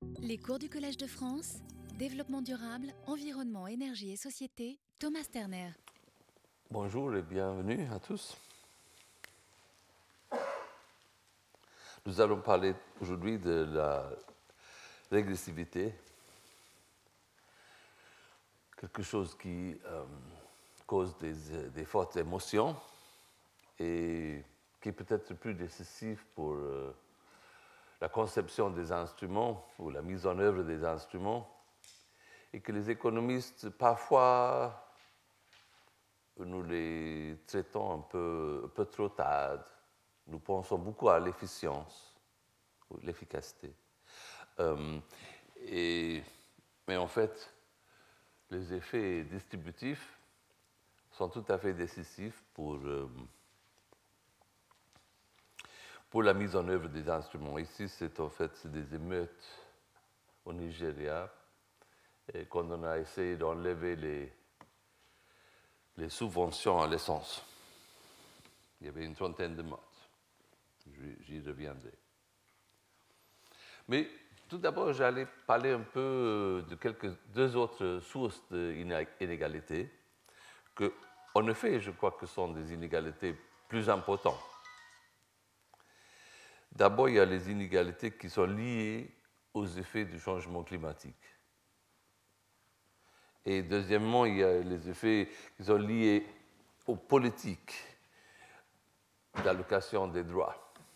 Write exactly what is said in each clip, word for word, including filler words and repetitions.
Les cours du Collège de France, Développement durable, environnement, énergie et société, Thomas Sterner. Bonjour et bienvenue à tous. Nous allons parler aujourd'hui de la régressivité, quelque chose qui euh, cause des, des fortes émotions et qui est peut-être plus décisif pour euh, la conception des instruments ou la mise en œuvre des instruments, et que les économistes, parfois, nous les traitons un peu, un peu trop tard. Nous pensons beaucoup à l'efficience, ou l'efficacité. Euh, et, mais en fait, les effets distributifs sont tout à fait décisifs pour, euh, pour la mise en œuvre des instruments. Ici, c'est en fait c'est des émeutes au Nigeria. Et quand on a essayé d'enlever les, les subventions à l'essence, il y avait une trentaine de morts. J'y reviendrai. Mais tout d'abord, j'allais parler un peu de quelques, deux autres sources d'inégalités, que, en effet, je crois que sont des inégalités plus importantes. D'abord, il y a les inégalités qui sont liées aux effets du changement climatique. Et deuxièmement, il y a les effets qui sont liés aux politiques d'allocation des droits.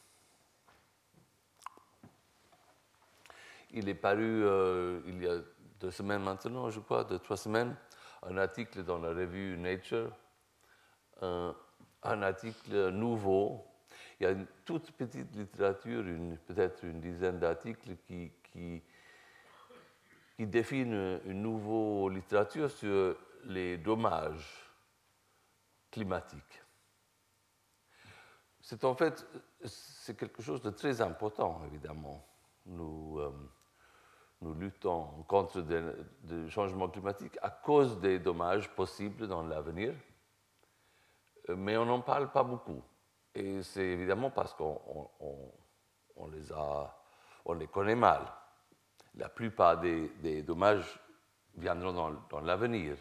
Il est paru, euh, il y a deux semaines maintenant, je crois, deux, trois semaines, un article dans la revue Nature, un, un article nouveau. Il y a une toute petite littérature, une, peut-être une dizaine d'articles qui, qui, qui définissent une nouvelle littérature sur les dommages climatiques. C'est en fait, c'est quelque chose de très important, évidemment. Nous, euh, nous luttons contre le changement climatique à cause des dommages possibles dans l'avenir, mais on n'en parle pas beaucoup. Et c'est évidemment parce qu'on on, on les, a, on les connaît mal. La plupart des, des dommages viendront dans, dans l'avenir.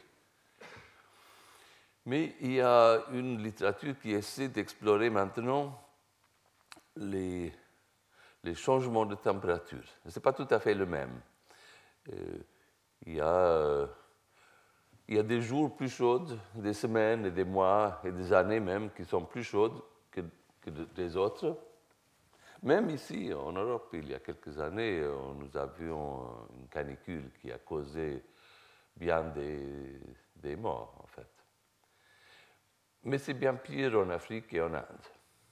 Mais il y a une littérature qui essaie d'explorer maintenant les, les changements de température. Ce n'est pas tout à fait le même. Euh, il, y a, euh, il y a des jours plus chauds, des semaines et des mois et des années même qui sont plus chaudes que, que des autres. Même ici, en Europe, il y a quelques années, nous avions une canicule qui a causé bien des, des morts, en fait. Mais c'est bien pire en Afrique et en Inde.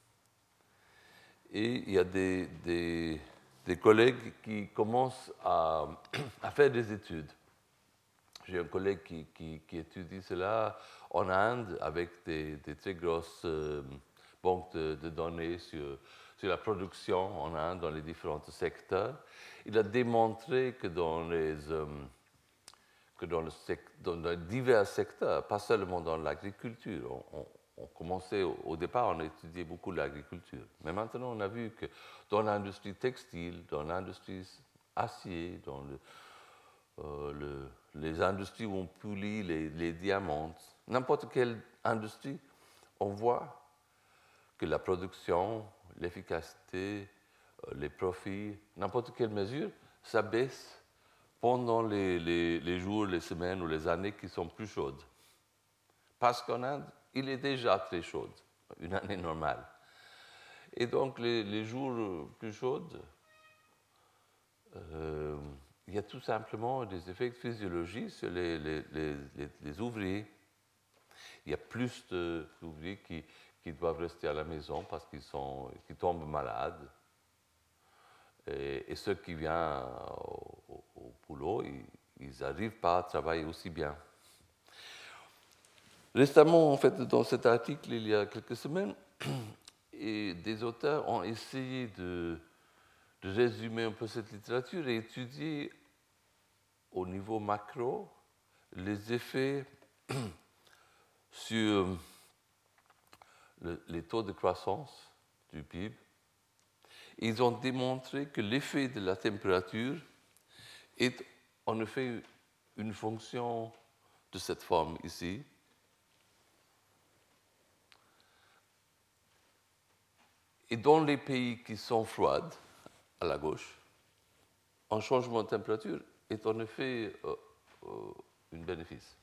Et il y a des, des, des collègues qui commencent à, à faire des études. J'ai un collègue qui, qui, qui étudie cela en Inde avec des, des très grosses euh, banques de, de données sur, sur la production en Inde dans les différents secteurs. Il a démontré que dans les, euh, que dans, le sec, dans les divers secteurs, pas seulement dans l'agriculture, on, on, on commençait au, au départ, on étudiait beaucoup l'agriculture. Mais maintenant, on a vu que dans l'industrie textile, dans l'industrie acier, dans le, euh, le les industries où on polie les, les diamants, n'importe quelle industrie, on voit que la production, l'efficacité, les profits, n'importe quelle mesure, ça baisse pendant les, les, les jours, les semaines ou les années qui sont plus chaudes. Parce qu'en Inde, il est déjà très chaud, une année normale. Et donc, les, les jours plus chauds, euh, il y a tout simplement des effets physiologiques sur les, les, les, les ouvriers. Il y a plus d'ouvriers qui, qui doivent rester à la maison parce qu'ils sont, qu'ils tombent malades. Et, et ceux qui viennent au, au, au boulot, ils n'arrivent pas à travailler aussi bien. Récemment, en fait, dans cet article, il y a quelques semaines, et des auteurs ont essayé de, de résumer un peu cette littérature et étudier au niveau macro les effets sur le, les taux de croissance du P I B. Ils ont démontré que l'effet de la température est en effet une fonction de cette forme ici. Et dans les pays qui sont froids, à la gauche, un changement de température est en effet euh, euh, un bénéfice.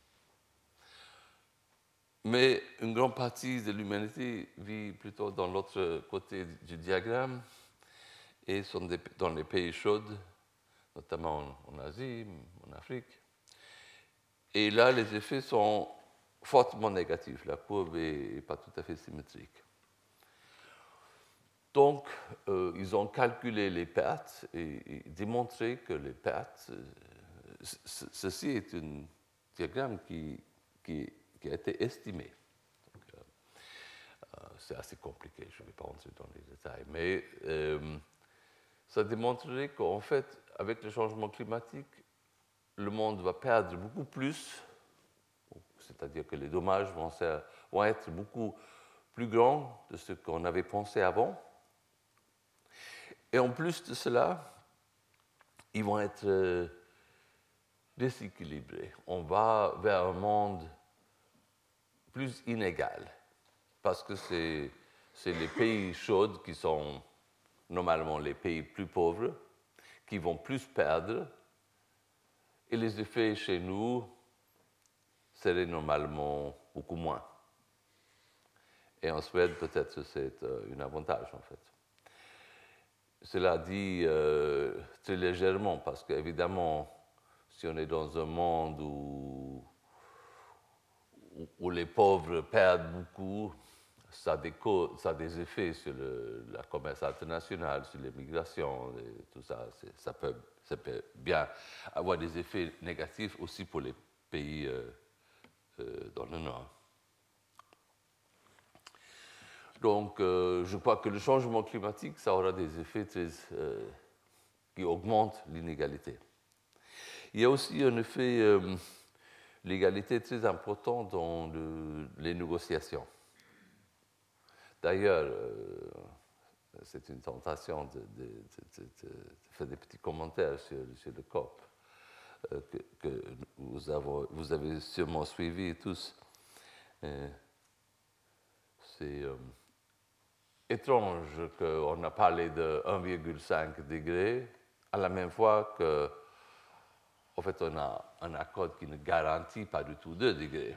Mais une grande partie de l'humanité vit plutôt dans l'autre côté du diagramme et sont des, dans les pays chauds, notamment en Asie, en Afrique. Et là, les effets sont fortement négatifs. La courbe n'est pas tout à fait symétrique. Donc, euh, ils ont calculé les pertes et, et démontré que les pertes, euh, ceci est un diagramme qui, qui, qui a été estimé. Donc, euh, euh, c'est assez compliqué, je ne vais pas entrer dans les détails, mais euh, ça démontrerait qu'en fait, avec le changement climatique, le monde va perdre beaucoup plus, c'est-à-dire que les dommages vont, ser- vont être beaucoup plus grands de ce qu'on avait pensé avant. Et en plus de cela, ils vont être euh, déséquilibrés. On va vers un monde plus inégal, parce que c'est, c'est les pays chauds qui sont normalement les pays plus pauvres, qui vont plus perdre, et les effets chez nous seraient normalement beaucoup moins. Et en Suède, peut-être c'est un avantage, en fait. Cela dit euh, très légèrement, parce qu'évidemment, si on est dans un monde où, où, où les pauvres perdent beaucoup, ça, déco, ça a des effets sur le la commerce international, sur les migrations, et tout ça. Ça peut, ça peut bien avoir des effets négatifs aussi pour les pays euh, euh, dans le Nord. Donc, euh, je crois que le changement climatique, ça aura des effets très, euh, qui augmentent l'inégalité. Il y a aussi un effet, euh, l'égalité très important dans le, les négociations. D'ailleurs, euh, c'est une tentation de, de, de, de, de faire des petits commentaires sur, sur le C O P euh, que, que vous, avez, vous avez sûrement suivi tous. Euh, c'est... Euh, étrange qu'on a parlé de un virgule cinq degrés, à la même fois que, en fait, on a un accord qui ne garantit pas du tout deux degrés.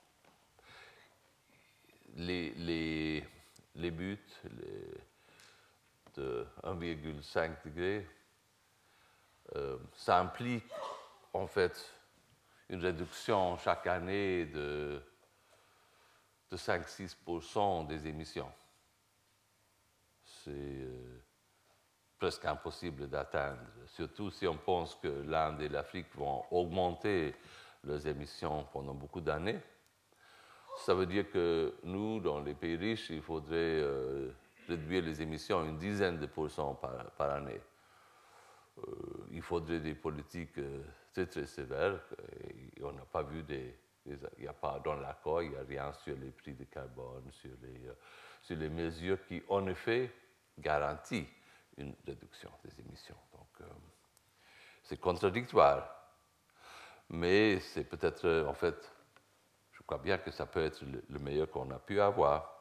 Les, les, les buts les, de un virgule cinq degrés, euh, ça implique, en fait, une réduction chaque année de, de cinq à six pour cent des émissions. C'est euh, presque impossible d'atteindre, surtout si on pense que l'Inde et l'Afrique vont augmenter leurs émissions pendant beaucoup d'années. Ça veut dire que nous, dans les pays riches, il faudrait euh, réduire les émissions une dizaine de pourcents par, par année. Euh, il faudrait des politiques euh, très très sévères. Et on n'a pas vu des, des, il n'y a pas dans l'accord, il n'y a rien sur les prix de carbone, sur les, euh, sur les mesures qui, en effet, garantissent une réduction des émissions. Donc, euh, c'est contradictoire. Mais c'est peut-être, en fait, je crois bien que ça peut être le, le meilleur qu'on a pu avoir.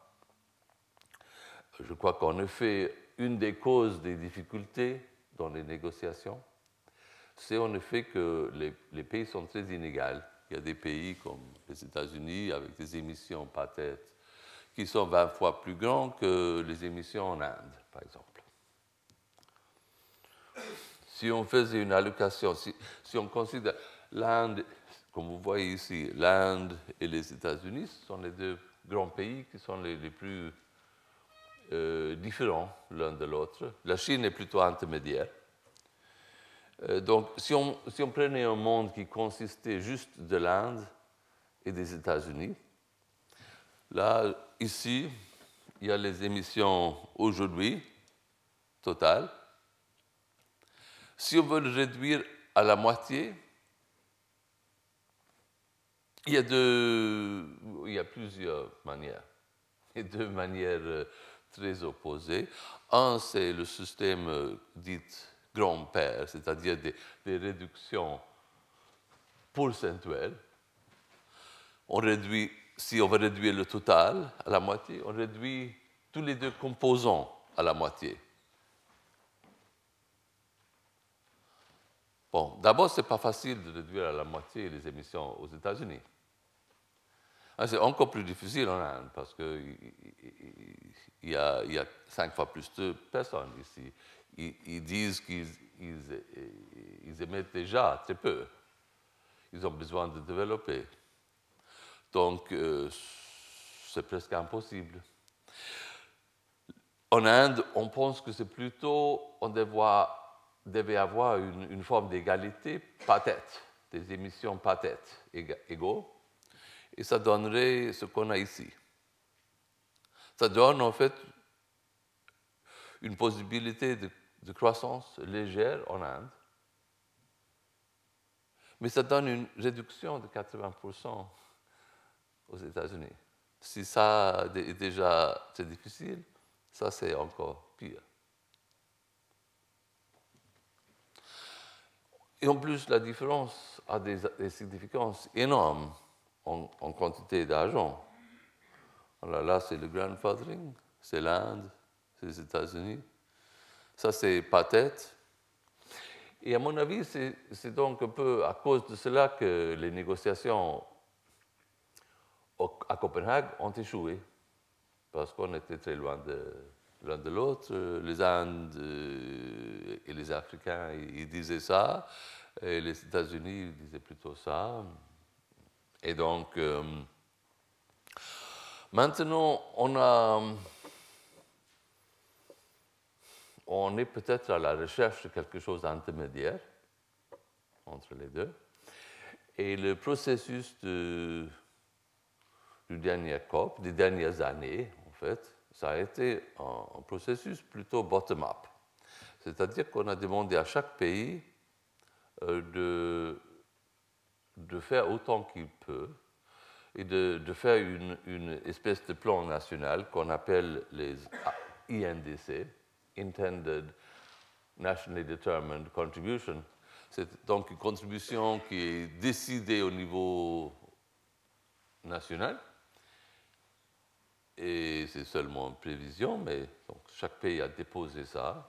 Je crois qu'en effet, une des causes des difficultés dans les négociations, c'est en effet que les, les pays sont très inégaux. Il y a des pays comme les États-Unis avec des émissions par tête qui sont vingt fois plus grandes que les émissions en Inde, par exemple. Si on faisait une allocation, si, si on considère l'Inde, comme vous voyez ici, l'Inde et les États-Unis sont les deux grands pays qui sont les, les plus euh, différents l'un de l'autre. La Chine est plutôt intermédiaire. Euh, donc, si on, si on prenait un monde qui consistait juste de l'Inde et des États-Unis, là, ici, il y a les émissions aujourd'hui, totales. Si on veut le réduire à la moitié, il y a, deux, il y a plusieurs manières. Il y a deux manières très opposées. Un, c'est le système dit grands-pères, c'est-à-dire des, des réductions pourcentuelles. On réduit, si on veut réduire le total à la moitié, on réduit tous les deux composants à la moitié. Bon, d'abord, ce n'est pas facile de réduire à la moitié les émissions aux États-Unis. C'est encore plus difficile en Inde parce qu'il y, y a cinq fois plus de personnes ici. Ils, ils disent qu'ils ils, ils émettent déjà très peu. Ils ont besoin de développer. Donc, euh, c'est presque impossible. En Inde, on pense que c'est plutôt, on devait, devait avoir une, une forme d'égalité par tête, des émissions par tête égaux, et ça donnerait ce qu'on a ici. Ça donne en fait une possibilité de, de croissance légère en Inde, mais ça donne une réduction de quatre-vingts pour cent aux États-Unis. Si ça est déjà très difficile, ça c'est encore pire. Et en plus, la différence a des, des significances énormes en, en quantité d'argent. Alors là, c'est le grandfathering, c'est l'Inde, c'est les États-Unis. Ça, c'est par tête. Et à mon avis, c'est, c'est donc un peu à cause de cela que les négociations à Copenhague ont échoué, parce qu'on était très loin de l'un de l'autre. Les Indes et les Africains, ils disaient ça, et les États-Unis ils disaient plutôt ça. Et donc, euh, maintenant, on, a, on est peut-être à la recherche de quelque chose d'intermédiaire entre les deux. Et le processus de, du dernier C O P, des dernières années, en fait, ça a été un, un processus plutôt bottom-up. C'est-à-dire qu'on a demandé à chaque pays euh, de, de faire autant qu'il peut et de, de faire une, une espèce de plan national qu'on appelle les I N D C, Intended Nationally Determined Contribution. C'est donc une contribution qui est décidée au niveau national. Et c'est seulement une prévision, mais donc, chaque pays a déposé ça.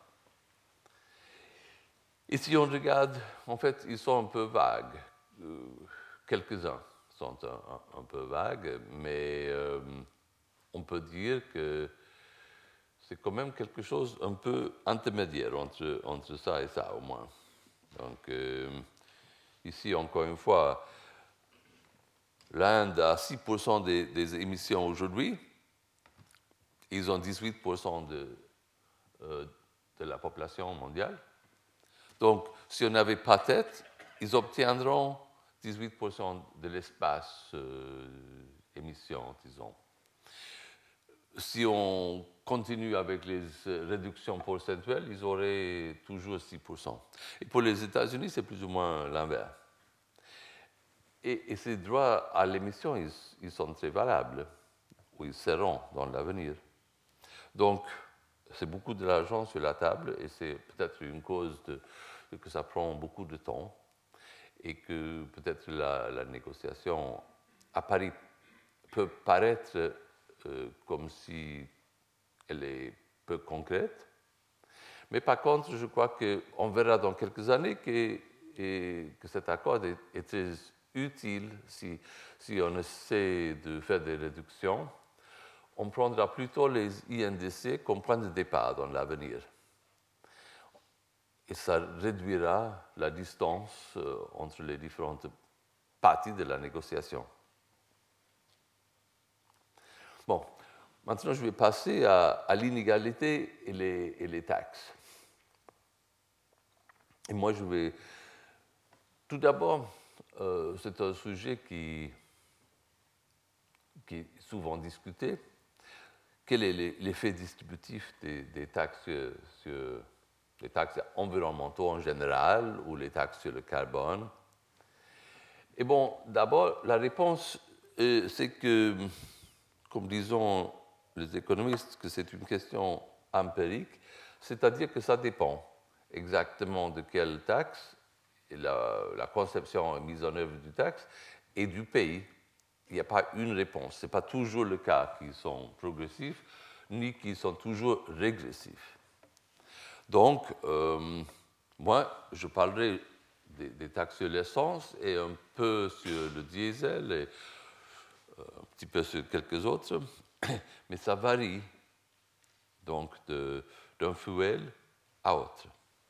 Et si on regarde, en fait, ils sont un peu vagues. Euh, quelques-uns sont un, un, un peu vagues, mais euh, on peut dire que c'est quand même quelque chose un peu intermédiaire entre, entre ça et ça, au moins. Donc, euh, ici, encore une fois, l'Inde a six pour cent des, des émissions aujourd'hui. Ils ont dix-huit pour cent de, euh, de la population mondiale. Donc, si on n'avait pas tête, ils obtiendront dix-huit pour cent de l'espace euh, émission, disons. Si on continue avec les réductions pourcentuelles, ils auraient toujours six pour cent. Et pour les États-Unis, c'est plus ou moins l'inverse. Et, et ces droits à l'émission, ils, ils sont très valables, ou ils seront dans l'avenir. Donc, c'est beaucoup de l'argent sur la table et c'est peut-être une cause de, de que ça prend beaucoup de temps et que peut-être la, la négociation à Paris peut paraître euh, comme si elle est peu concrète. Mais par contre, je crois qu'on verra dans quelques années que, et, que cet accord est, est très utile si, si on essaie de faire des réductions. On prendra plutôt les I N D C comme point de départ dans l'avenir. Et ça réduira la distance euh, entre les différentes parties de la négociation. Bon, maintenant je vais passer à, à l'inégalité et les, et les taxes. Et moi je vais... Tout d'abord, euh, c'est un sujet qui, qui est souvent discuté. Quel est l'effet distributif des, des taxes sur les taxes environnementales en général ou les taxes sur le carbone? Et bon, d'abord, la réponse, euh, c'est que, comme disons les économistes, que c'est une question empirique, c'est-à-dire que ça dépend. exactement de quelle taxe, et la, la conception et mise en œuvre du taxe, et du pays. Il n'y a pas une réponse. Ce n'est pas toujours le cas qu'ils sont progressifs, ni qu'ils sont toujours régressifs. Donc, euh, moi, je parlerai des, des taxes sur l'essence et un peu sur le diesel et euh, un petit peu sur quelques autres, mais ça varie donc de, d'un fuel à autre.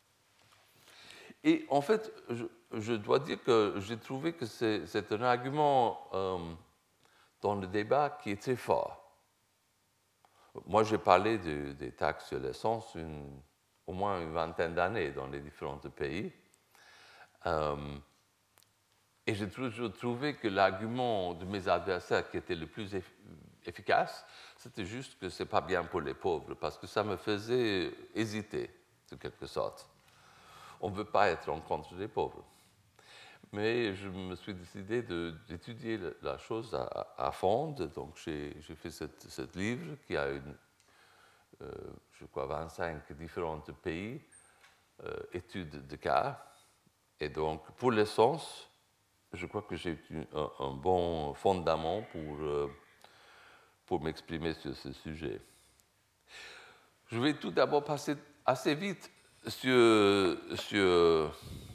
Et en fait, je, je dois dire que j'ai trouvé que c'est, c'est un argument euh, dans le débat qui est très fort. Moi, j'ai parlé de, des taxes sur l'essence une, au moins une vingtaine d'années dans les différents pays. Euh, et j'ai toujours trouvé que l'argument de mes adversaires qui était le plus eff- efficace, c'était juste que ce n'est pas bien pour les pauvres, parce que ça me faisait hésiter, de quelque sorte. On ne veut pas être en contre des pauvres. Mais je me suis décidé de, d'étudier la chose à, à fond. Donc, j'ai, j'ai fait ce livre qui a une, euh, je crois, vingt-cinq différents pays, euh, études de cas. Et donc, pour l'essence, je crois que j'ai un, un bon fondament pour, euh, pour m'exprimer sur ce sujet. Je vais tout d'abord passer assez vite sur, sur euh,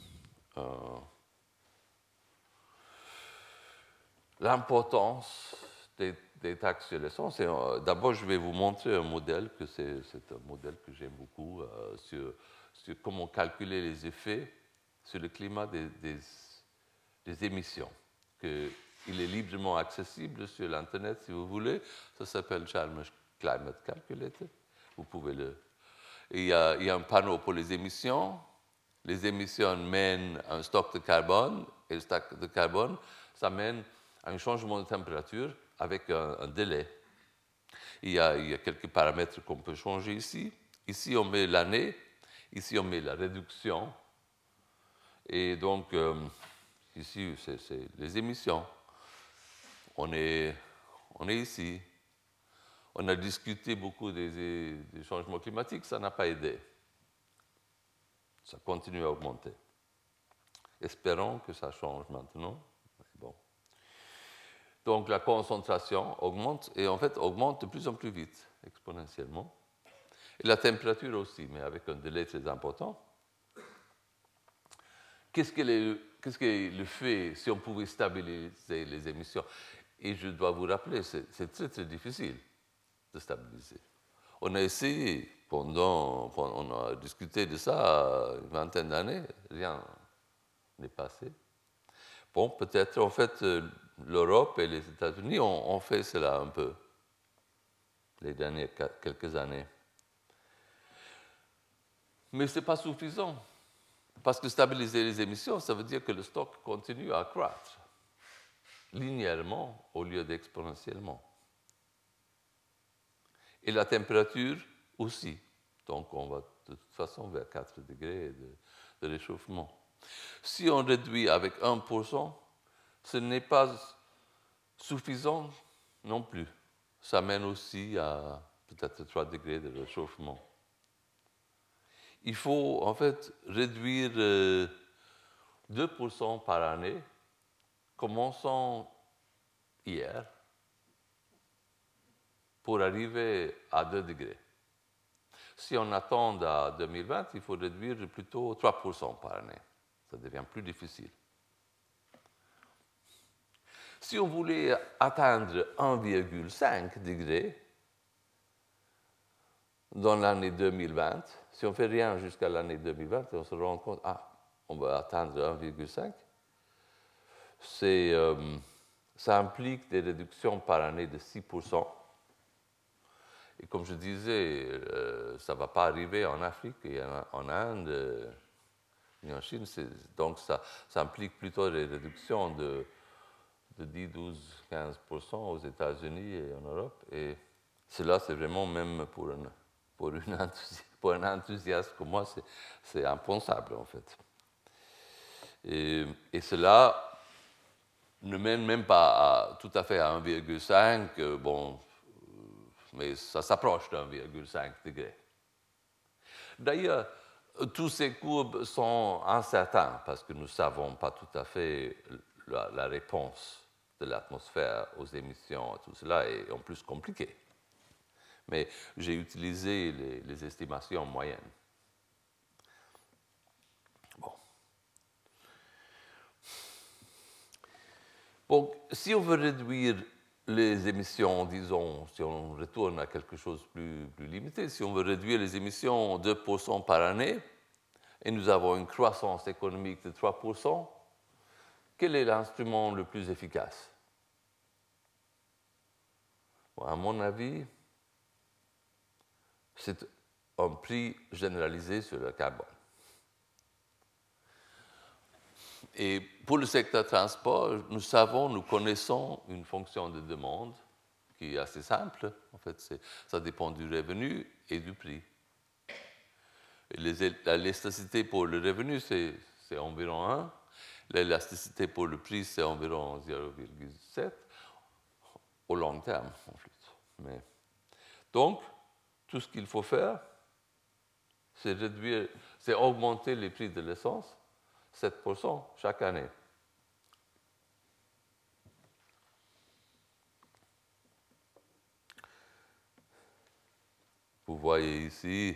l'importance des, des taxes sur l'essence. Et, euh, d'abord, je vais vous montrer un modèle, que c'est, c'est un modèle que j'aime beaucoup, euh, sur, sur comment calculer les effets sur le climat des, des, des émissions. Que, il est librement accessible sur l'Internet, si vous voulez. Ça s'appelle Chalmers Climate Calculator. Vous pouvez le... Et il y a, il y a un panneau pour les émissions. Les émissions mènent à un stock de carbone, et le stock de carbone, ça mène à un changement de température avec un, un délai. Il y, a, il y a quelques paramètres qu'on peut changer ici. Ici, on met l'année. Ici, on met la réduction. Et donc, euh, ici, c'est, c'est les émissions. On est, on est ici. On a discuté beaucoup des, des changements climatiques, ça n'a pas aidé. Ça continue à augmenter. Espérons que ça change maintenant. Bon. Donc la concentration augmente, et en fait augmente de plus en plus vite, exponentiellement. Et la température aussi, mais avec un délai très important. Qu'est-ce que, les, qu'est-ce que le fait si on pouvait stabiliser les émissions? Et je dois vous rappeler, c'est, c'est très très difficile de stabiliser. On a essayé, pendant, pendant, on a discuté de ça une vingtaine d'années, rien n'est passé. Bon, peut-être en fait l'Europe et les États-Unis ont, ont fait cela un peu les dernières quelques années. Mais ce n'est pas suffisant, parce que stabiliser les émissions, ça veut dire que le stock continue à croître, linéairement au lieu d'exponentiellement. Et la température aussi. Donc on va de toute façon vers quatre degrés de, de réchauffement. Si on réduit avec un pour cent, ce n'est pas suffisant non plus. Ça mène aussi à peut-être trois degrés de réchauffement. Il faut en fait réduire euh, deux pour cent par année, commençant hier, pour arriver à deux degrés. Si on attend à deux mille vingt, il faut réduire plutôt trois pour cent par année. Ça devient plus difficile. Si on voulait atteindre un virgule cinq degré dans l'année deux mille vingt, si on ne fait rien jusqu'à l'année deux mille vingt, on se rend compte, ah, on va atteindre un virgule cinq. C'est, euh, ça implique des réductions par année de six pour cent. Et comme je disais, euh, ça ne va pas arriver en Afrique et en Inde, euh, ni en Chine. C'est, donc ça, ça implique plutôt des réductions de, de dix, douze, quinze pour cent aux États-Unis et en Europe. Et cela, c'est vraiment, même pour un, pour une enthousi- pour un enthousiaste comme moi, c'est, c'est impensable en fait. Et, et cela ne mène même pas à, tout à fait à un virgule cinq, euh, bon, mais ça s'approche d'un virgule cinq degré. D'ailleurs, tous ces courbes sont incertains parce que nous ne savons pas tout à fait la, la réponse de l'atmosphère aux émissions. Tout cela est en plus compliqué. Mais j'ai utilisé les, les estimations moyennes. Bon. Donc, si on veut réduire les émissions, disons, si on retourne à quelque chose de plus, plus limité, si on veut réduire les émissions de deux pour cent par année, et nous avons une croissance économique de trois pour cent, quel est l'instrument le plus efficace? Bon, à mon avis, c'est un prix généralisé sur le carbone. Et pour le secteur transport, nous savons, nous connaissons une fonction de demande qui est assez simple. En fait, ça dépend du revenu et du prix. L'élasticité pour le revenu, c'est environ un. L'élasticité pour le prix, c'est environ zéro virgule sept au long terme, en fait. Mais, donc, tout ce qu'il faut faire, c'est réduire, c'est augmenter les prix de l'essence sept pour cent chaque année. Vous voyez ici,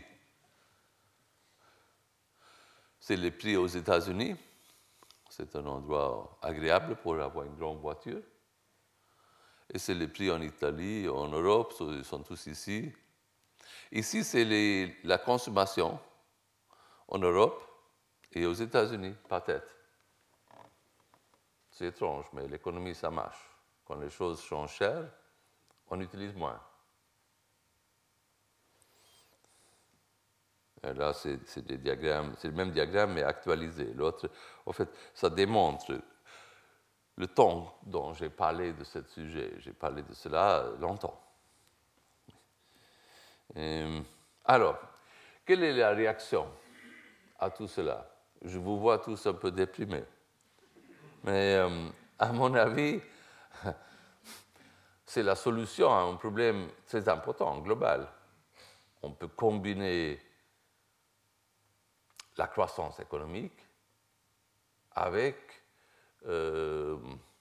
c'est les prix aux États-Unis. C'est un endroit agréable pour avoir une grande voiture. Et c'est les prix en Italie, en Europe, ils sont tous ici. Ici, c'est la consommation en Europe et aux États-Unis, par tête. C'est étrange, mais l'économie, ça marche. Quand les choses sont chères, on utilise moins. Et là, c'est des diagrammes, c'est le même diagramme, mais actualisé. L'autre, en fait, ça démontre le temps dont j'ai parlé de ce sujet. J'ai parlé de cela longtemps. Et, alors, quelle est la réaction à tout cela? Je vous vois tous un peu déprimés. Mais euh, à mon avis, c'est la solution à un problème très important, global. On peut combiner la croissance économique avec euh,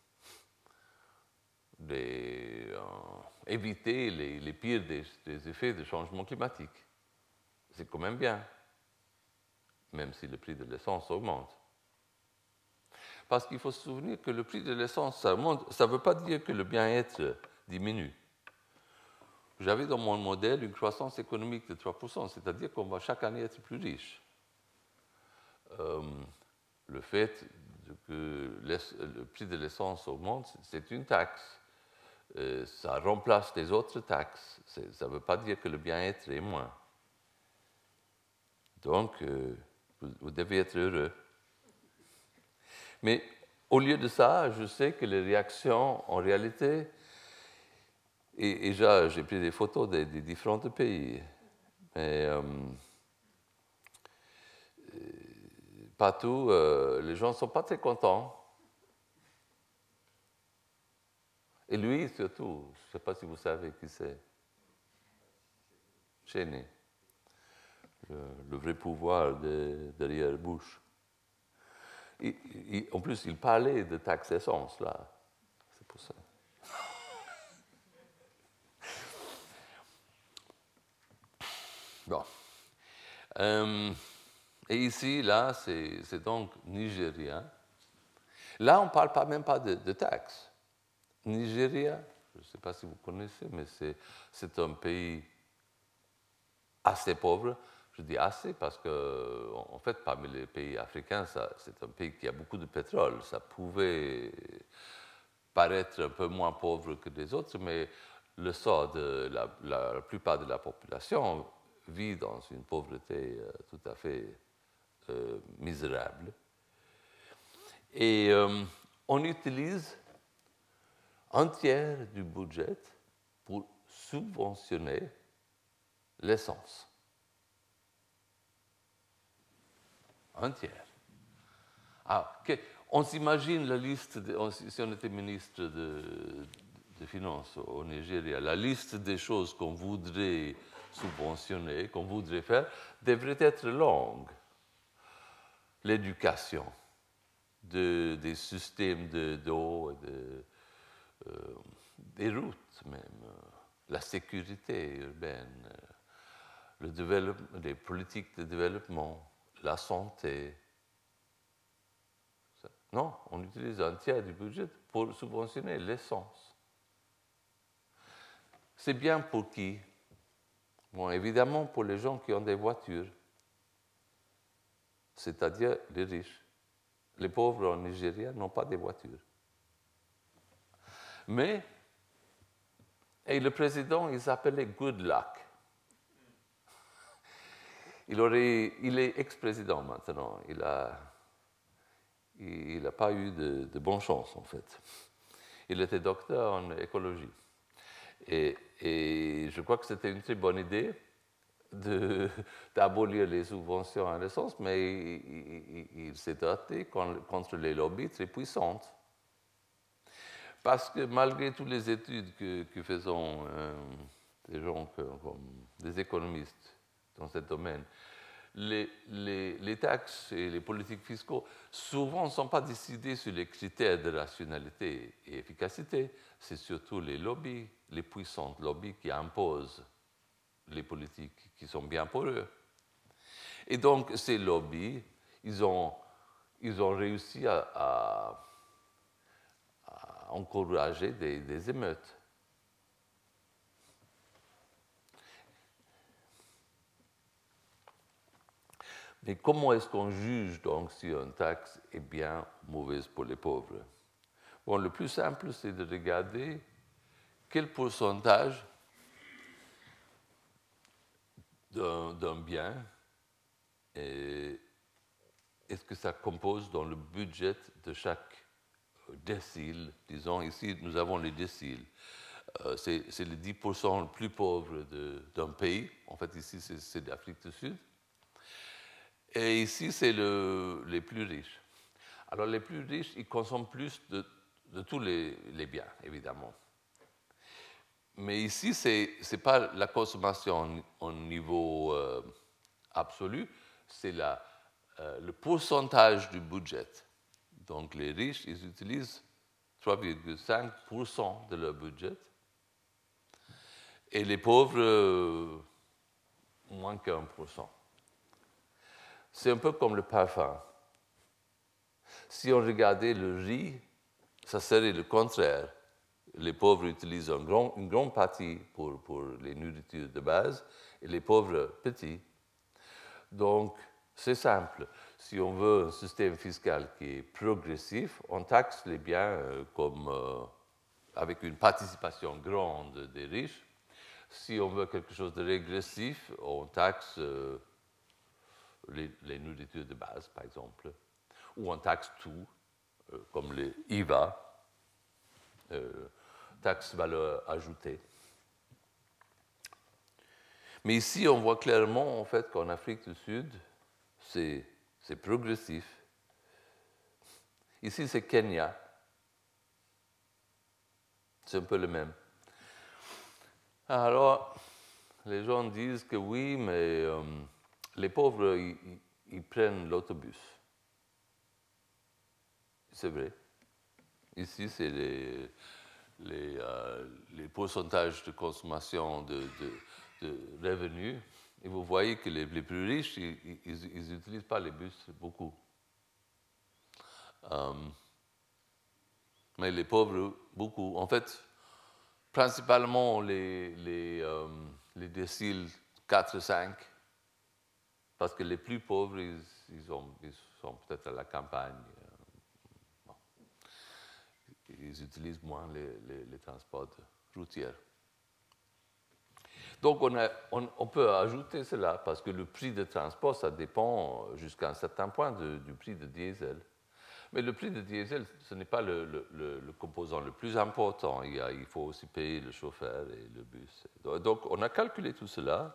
des, euh, éviter les, les pires des, des effets du changement climatique. C'est quand même bien, même si le prix de l'essence augmente. Parce qu'il faut se souvenir que le prix de l'essence, ça augmente, ça ne veut pas dire que le bien-être diminue. J'avais dans mon modèle une croissance économique de trois pour cent, c'est-à-dire qu'on va chaque année être plus riche. Euh, le fait que le prix de l'essence augmente, c'est une taxe. Euh, ça remplace les autres taxes. Ça ne veut pas dire que le bien-être est moins. Donc, euh, vous, vous devez être heureux. Mais au lieu de ça, je sais que les réactions, en réalité, et, et j'ai pris des photos des, des différents pays, mais euh, partout, euh, les gens ne sont pas très contents. Et lui, surtout, je ne sais pas si vous savez qui c'est. Cheney. Le, le vrai pouvoir de, derrière Bush. Il, il, en plus, il parlait de taxe essence, là. C'est pour ça. Bon. Euh, et ici, là, c'est donc Nigeria. Là, on ne parle pas, même pas de, de taxes. Nigeria, je ne sais pas si vous connaissez, mais c'est un pays assez pauvre. Je dis assez parce que, en fait, parmi les pays africains, c'est un pays qui a beaucoup de pétrole. Ça pouvait paraître un peu moins pauvre que les autres, mais le sort de la, la, la plupart de la population vit dans une pauvreté euh, tout à fait euh, misérable. Et euh, on utilise un tiers du budget pour subventionner l'essence. Un tiers. Ah, okay. On s'imagine la liste, de, on, si on était ministre de, de Finances au Nigeria, la liste des choses qu'on voudrait subventionner, qu'on voudrait faire, devrait être longue. l'éducation, de, des systèmes d'eau, de, de, euh, des routes même, euh, la sécurité urbaine, euh, le développement, les politiques de développement, la santé. Non, on utilise un tiers du budget pour subventionner l'essence. C'est bien pour qui? Bon, évidemment pour les gens qui ont des voitures, c'est-à-dire les riches. Les pauvres en Nigeria n'ont pas de voitures. Mais, et le président, il s'appelait Goodluck. Il, aurait, il est ex-président maintenant. Il n'a il a pas eu de, de bonne chance, en fait. Il était docteur en écologie. Et, et je crois que c'était une très bonne idée d'abolir les subventions à l'essence, mais il, il, il s'est heurté contre les lobbies très puissantes. Parce que malgré toutes les études que, que faisons euh, des gens que, comme des économistes dans ce domaine, les, les, les taxes et les politiques fiscaux souvent ne sont pas décidées sur les critères de rationalité et efficacité, c'est surtout les lobbies, les puissantes lobbies qui imposent les politiques qui sont bien pour eux. Et donc, ces lobbies, ils ont, ils ont réussi à, à, à encourager des, des émeutes. Mais comment est-ce qu'on juge donc si une taxe est bien ou mauvaise pour les pauvres? Bon, le plus simple, c'est de regarder quel pourcentage d'un, d'un bien est, est-ce que ça compose dans le budget de chaque décile. Disons, ici, nous avons les déciles. Euh, c'est, c'est les dix pour cent les plus pauvres de, d'un pays. En fait, ici, c'est, c'est l'Afrique du Sud. Et ici, c'est le, les plus riches. Alors, les plus riches, ils consomment plus de, de tous les, les biens, évidemment. Mais ici, ce n'est pas la consommation au niveau euh, absolu, c'est la, euh, le pourcentage du budget. Donc, les riches, ils utilisent trois virgule cinq pour cent de leur budget. Et les pauvres, euh, moins qu'un pour cent. C'est un peu comme le parfum. Si on regardait le riz, ça serait le contraire. Les pauvres utilisent un grand, une grande partie pour, pour les nourritures de base et les pauvres petits. Donc, c'est simple. Si on veut un système fiscal qui est progressif, on taxe les biens euh, comme, euh, avec une participation grande des riches. Si on veut quelque chose de régressif, on taxe euh, les, les nourritures de base, par exemple. Ou on taxe tout, euh, comme les I V A, euh, taxe valeur ajoutée. Mais ici, on voit clairement en fait, qu'en Afrique du Sud, c'est, c'est progressif. Ici, c'est Kenya. C'est un peu le même. Alors, les gens disent que oui, mais euh, les pauvres, ils, ils prennent l'autobus. C'est vrai. Ici, c'est les, les, euh, les pourcentages de consommation de, de, de revenus. Et vous voyez que les, les plus riches, ils n'utilisent pas les bus beaucoup. Euh, mais les pauvres, beaucoup. En fait, principalement les, les, euh, les déciles quatre et cinq, parce que les plus pauvres, ils, ils, ont, ils sont peut-être à la campagne. Bon. Ils utilisent moins les, les, les transports routiers. Donc, on, a, on, on peut ajouter cela, parce que le prix de transport, ça dépend jusqu'à un certain point de, du prix de diesel. Mais le prix de diesel, ce n'est pas le, le, le composant le plus important. Il, y a, il faut aussi payer le chauffeur et le bus. Donc, on a calculé tout cela.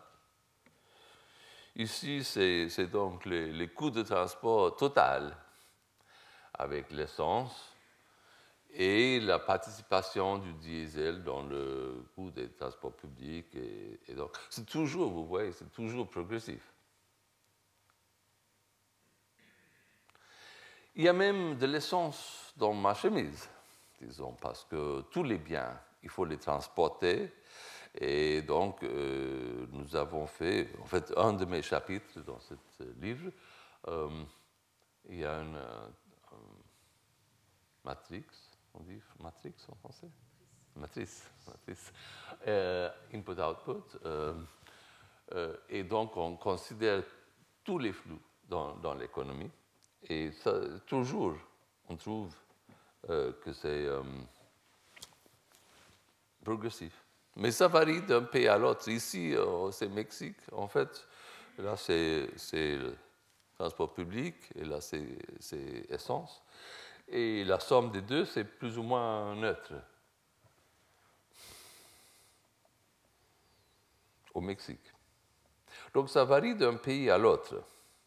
Ici, c'est, c'est donc les, les coûts de transport total avec l'essence et la participation du diesel dans le coût des transports publics. Et, et donc, c'est toujours, vous voyez, c'est toujours progressif. Il y a même de l'essence dans ma chemise, disons, parce que tous les biens, il faut les transporter. Et donc, euh, nous avons fait, en fait, un de mes chapitres dans ce livre, euh, il y a une, une matrix, on dit matrix en français? Matrice, matrice, euh, input-output. Euh, euh, et donc, on considère tous les flux dans, dans l'économie. Et ça, toujours, on trouve euh, que c'est euh, progressif. Mais ça varie d'un pays à l'autre. Ici, euh, c'est Mexique, en fait. Là, c'est, c'est le transport public, et là, c'est, c'est essence. Et la somme des deux, c'est plus ou moins neutre. Au Mexique. Donc, ça varie d'un pays à l'autre.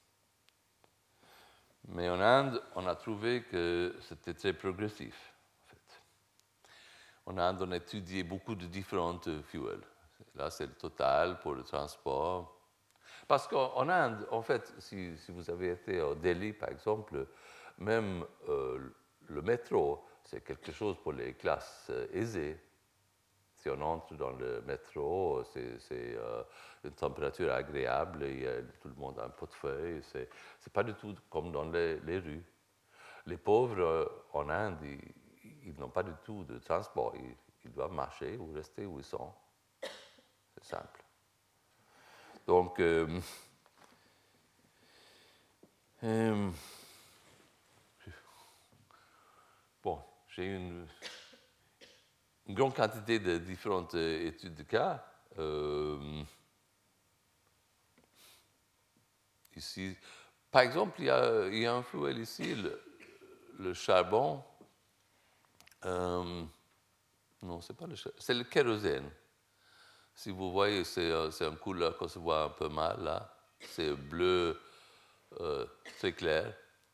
Mais en Inde, on a trouvé que c'était très progressif. En fait. En Inde, on a étudié beaucoup de différents fuels. Là, c'est le total pour le transport. Parce qu'en Inde, en fait, si, si vous avez été au Delhi, par exemple, même euh, le métro, c'est quelque chose pour les classes euh, aisées. Si on entre dans le métro, c'est, c'est euh, une température agréable, et euh, tout le monde a un portefeuille. Ce n'est pas du tout comme dans les, les rues. Les pauvres euh, en Inde, ils, ils n'ont pas du tout de transport. Ils, ils doivent marcher ou rester où ils sont. C'est simple. Donc, euh, euh, bon, j'ai une, une grande quantité de différentes études de cas. Euh, ici, par exemple, il y a, il y a un fuel ici, le, le charbon. Euh, non, c'est pas le charbon, c'est le kérosène. Si vous voyez, c'est, c'est une couleur qu'on se voit un peu mal là. C'est bleu euh, très clair.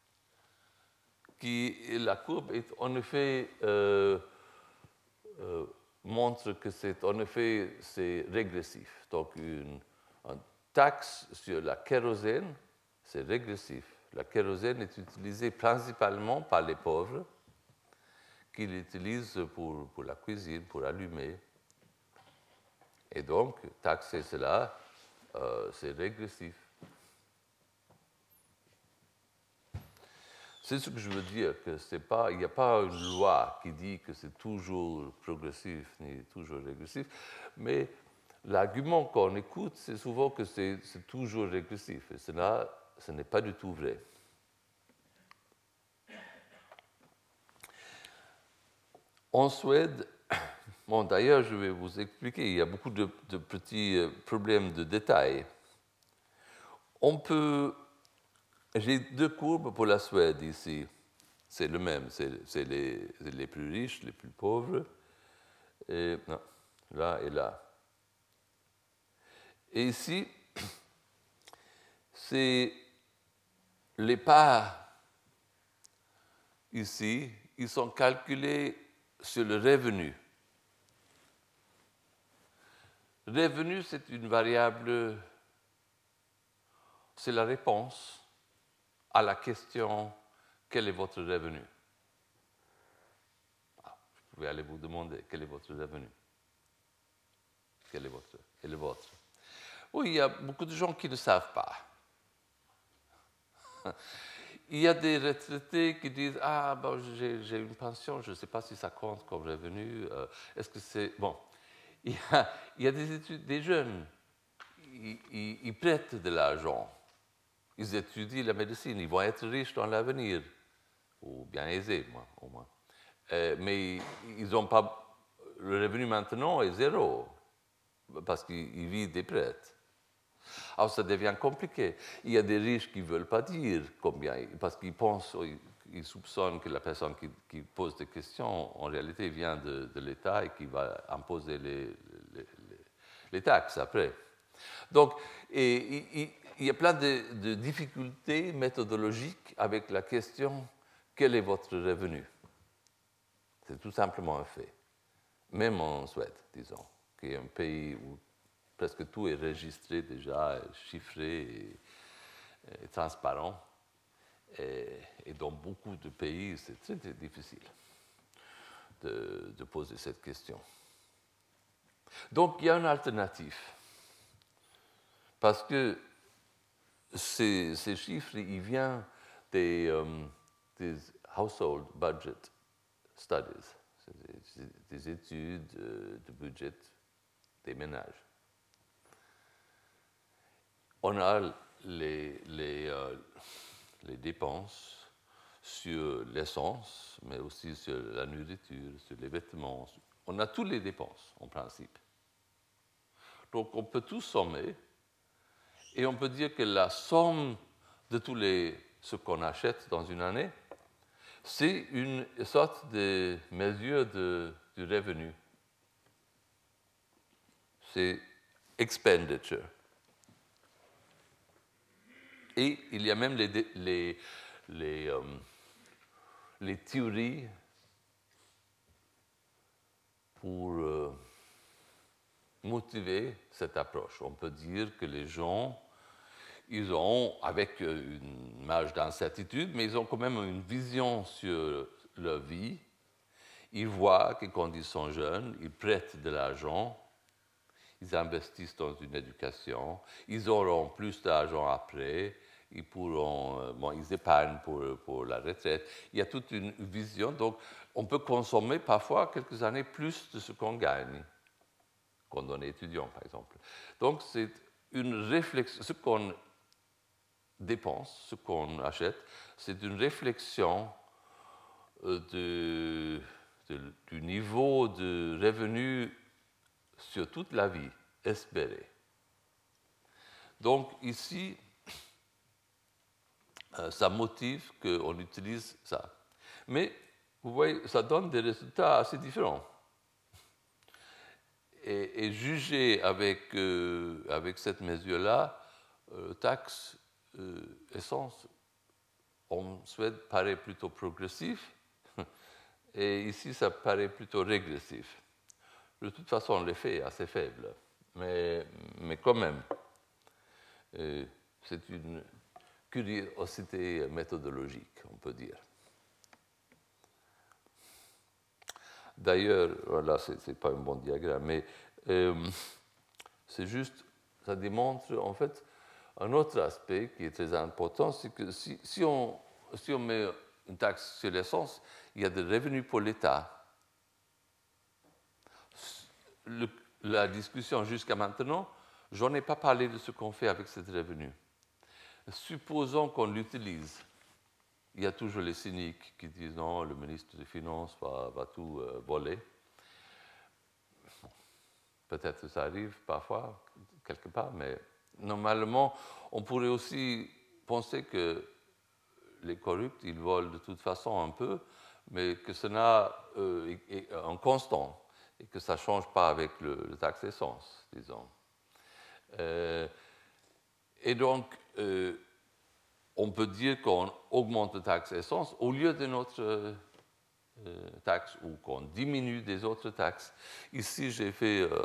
Qui, la courbe est en effet euh, euh, montre que c'est en effet c'est régressif. Donc une, une taxe sur la kérosène, c'est régressif. La kérosène est utilisée principalement par les pauvres qui l'utilisent pour, pour la cuisine, pour allumer. Et donc, taxer cela, euh, c'est régressif. C'est ce que je veux dire, que c'est pas, il n'y a pas une loi qui dit que c'est toujours progressif ni toujours régressif, mais l'argument qu'on écoute, c'est souvent que c'est, c'est toujours régressif, et cela, ce n'est pas du tout vrai. En Suède, bon, d'ailleurs, je vais vous expliquer, il y a beaucoup de, de petits problèmes de détail. On peut... J'ai deux courbes pour la Suède ici. C'est le même, c'est, c'est les, les plus riches, les plus pauvres. Et, non, là et là. Et ici, c'est les parts. Ici, ils sont calculés sur le revenu. Revenu, c'est une variable, c'est la réponse à la question « Quel est votre revenu ?» ah, Vous pouvez aller vous demander « Quel est votre revenu ?» Quel est votre, quel est le vôtre? Oui, il y a beaucoup de gens qui ne savent pas. Il y a des retraités qui disent « Ah, ben, j'ai, j'ai une pension, je ne sais pas si ça compte comme revenu. Euh, est-ce que c'est... » Bon, il y a, il y a des, études, des jeunes, ils, ils, ils prêtent de l'argent. Ils étudient la médecine, ils vont être riches dans l'avenir, ou bien aisés, moi, au moins. Euh, mais ils n'ont pas... Le revenu maintenant est zéro, parce qu'ils vivent des prêts. Alors ça devient compliqué. Il y a des riches qui ne veulent pas dire combien, parce qu'ils pensent, ils soupçonnent que la personne qui, qui pose des questions, en réalité, vient de, de l'État et qui va imposer les, les, les taxes après. Donc, et, et, il y a plein de, de difficultés méthodologiques avec la question « Quel est votre revenu ?» C'est tout simplement un fait. Même en Suède, disons, qui est un pays où presque tout est enregistré déjà, chiffré et, et transparent. Et, et dans beaucoup de pays, c'est très, très difficile de, de poser cette question. Donc, il y a une alternative. Parce que ces, ces chiffres, ils viennent des, um, des household budget studies, des, des études de budget des ménages. On a les, les, euh, les dépenses sur l'essence, mais aussi sur la nourriture, sur les vêtements. On a toutes les dépenses, en principe. Donc, on peut tout sommer et on peut dire que la somme de tous les, ce qu'on achète dans une année, c'est une sorte de mesure de, du revenu. C'est expenditure. Et il y a même les, les, les, euh, les théories pour euh, motiver cette approche. On peut dire que les gens, ils ont, avec une marge d'incertitude, mais ils ont quand même une vision sur leur vie. Ils voient que quand ils sont jeunes, ils prêtent de l'argent, ils investissent dans une éducation, ils auront plus d'argent après, ils pourront, bon, ils épargnent pour, pour la retraite. Il y a toute une vision. Donc, on peut consommer parfois quelques années plus de ce qu'on gagne quand on est étudiant, par exemple. Donc, c'est une réflexion. Ce qu'on dépense, ce qu'on achète, c'est une réflexion de, de, du niveau de revenu sur toute la vie espéré. Donc, ici, ça motive qu'on utilise ça. Mais, vous voyez, ça donne des résultats assez différents. Et, et juger avec, euh, avec cette mesure-là, euh, taxe euh, essence, en Suède, paraît plutôt progressif, et ici, ça paraît plutôt régressif. De toute façon, l'effet est assez faible, mais, mais quand même, euh, c'est une curiosité méthodologique, on peut dire. D'ailleurs, voilà, ce n'est pas un bon diagramme, mais euh, c'est juste, ça démontre en fait un autre aspect qui est très important, c'est que si, si, on, si on met une taxe sur l'essence, il y a des revenus pour l'État. Le, la discussion jusqu'à maintenant, je n'en ai pas parlé de ce qu'on fait avec ces revenus. Supposons qu'on l'utilise. Il y a toujours les cyniques qui disent non, le ministre des Finances va, va tout euh, voler. Peut-être que ça arrive parfois, quelque part, mais normalement, on pourrait aussi penser que les corrupts, ils volent de toute façon un peu, mais que cela euh, est, est en constant et que ça ne change pas avec le, le taxe essence, disons. Euh, et donc, euh, on peut dire qu'on augmente la taxe essence au lieu de notre euh, taxe ou qu'on diminue des autres taxes. Ici, j'ai fait euh,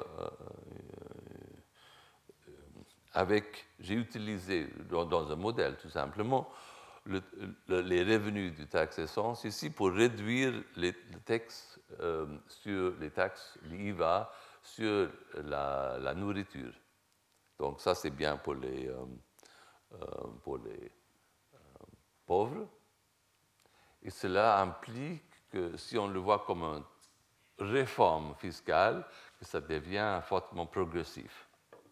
euh, avec, j'ai utilisé dans, dans un modèle tout simplement le, le, les revenus du taxe essence ici pour réduire les, les taxes euh, sur les taxes, l'I V A sur la, la nourriture. Donc ça, c'est bien pour les, euh, euh, pour les pauvres. Et cela implique que si on le voit comme une réforme fiscale, que ça devient fortement progressif.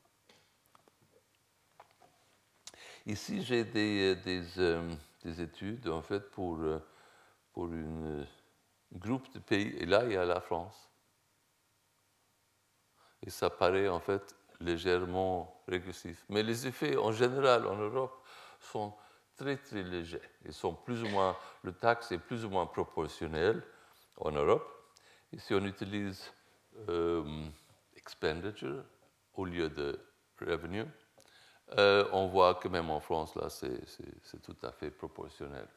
Ici, j'ai des, des, euh, des études en fait pour, pour une, un groupe de pays, et là il y a la France. Et ça paraît en fait légèrement régressif. Mais les effets en général en Europe sont très très légers. Ils sont plus ou moins, le taxe est plus ou moins proportionnel en Europe. Et si on utilise euh, expenditure au lieu de revenue, euh, on voit que même en France, là, c'est, c'est, c'est tout à fait proportionnel.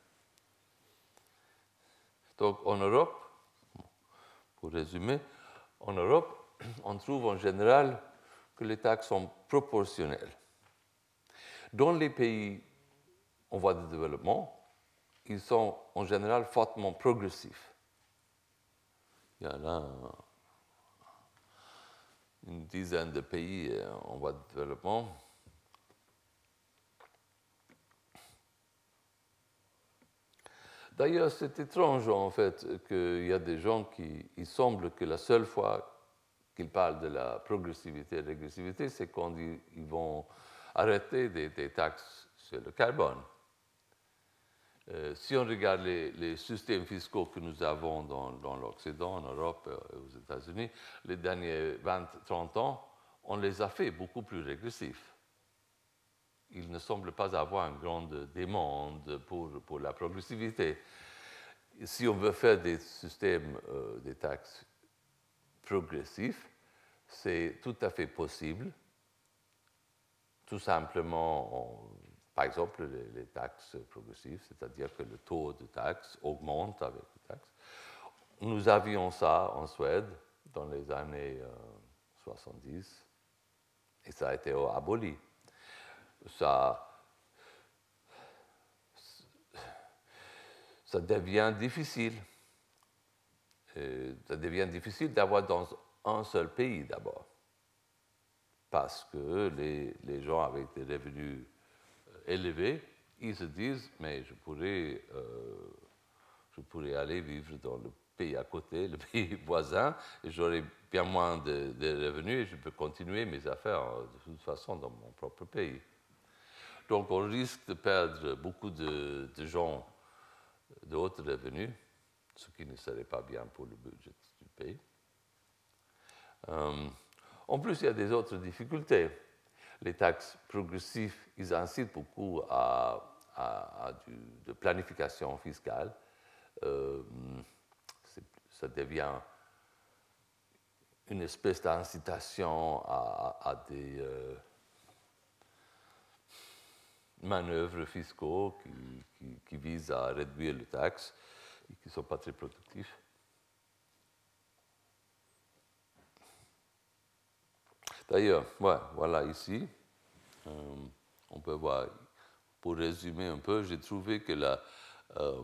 Donc en Europe, pour résumer, en Europe, on trouve en général que les taxes sont proportionnelles. Dans les pays en voie de développement, qui sont en général fortement progressifs. Il y en a une dizaine de pays en voie de développement. D'ailleurs, c'est étrange en fait qu'il y a des gens qui, il semble que la seule fois qu'ils parlent de la progressivité et régressivité, c'est quand ils, ils vont arrêter des, des taxes sur le carbone. Euh, si on regarde les, les systèmes fiscaux que nous avons dans, dans l'Occident, en Europe et aux États-Unis, les derniers vingt à trente ans, on les a fait beaucoup plus régressifs. Il ne semble pas avoir une grande demande pour, pour la progressivité. Si on veut faire des systèmes, euh, des taxes progressifs, c'est tout à fait possible. Tout simplement, on, par exemple, les, les taxes progressives, c'est-à-dire que le taux de taxe augmente avec les taxes. Nous avions ça en Suède dans les années euh, soixante-dix et ça a été aboli. Ça, ça devient difficile. Et ça devient difficile d'avoir dans un seul pays d'abord, parce que les, les gens avec des revenus élevés, ils se disent, mais je pourrais, euh, je pourrais aller vivre dans le pays à côté, le pays voisin, et j'aurai bien moins de, de revenus et je peux continuer mes affaires de toute façon dans mon propre pays. Donc on risque de perdre beaucoup de, de gens de haut revenus, ce qui ne serait pas bien pour le budget du pays. Euh, en plus, il y a des autres difficultés. Les taxes progressives, ils incitent beaucoup à, à, à du, de planification fiscale. Euh, ça devient une espèce d'incitation à, à des euh, manœuvres fiscaux qui, qui, qui visent à réduire les taxes et qui ne sont pas très productifs. D'ailleurs, ouais, voilà ici, euh, on peut voir, pour résumer un peu, j'ai trouvé que la, euh,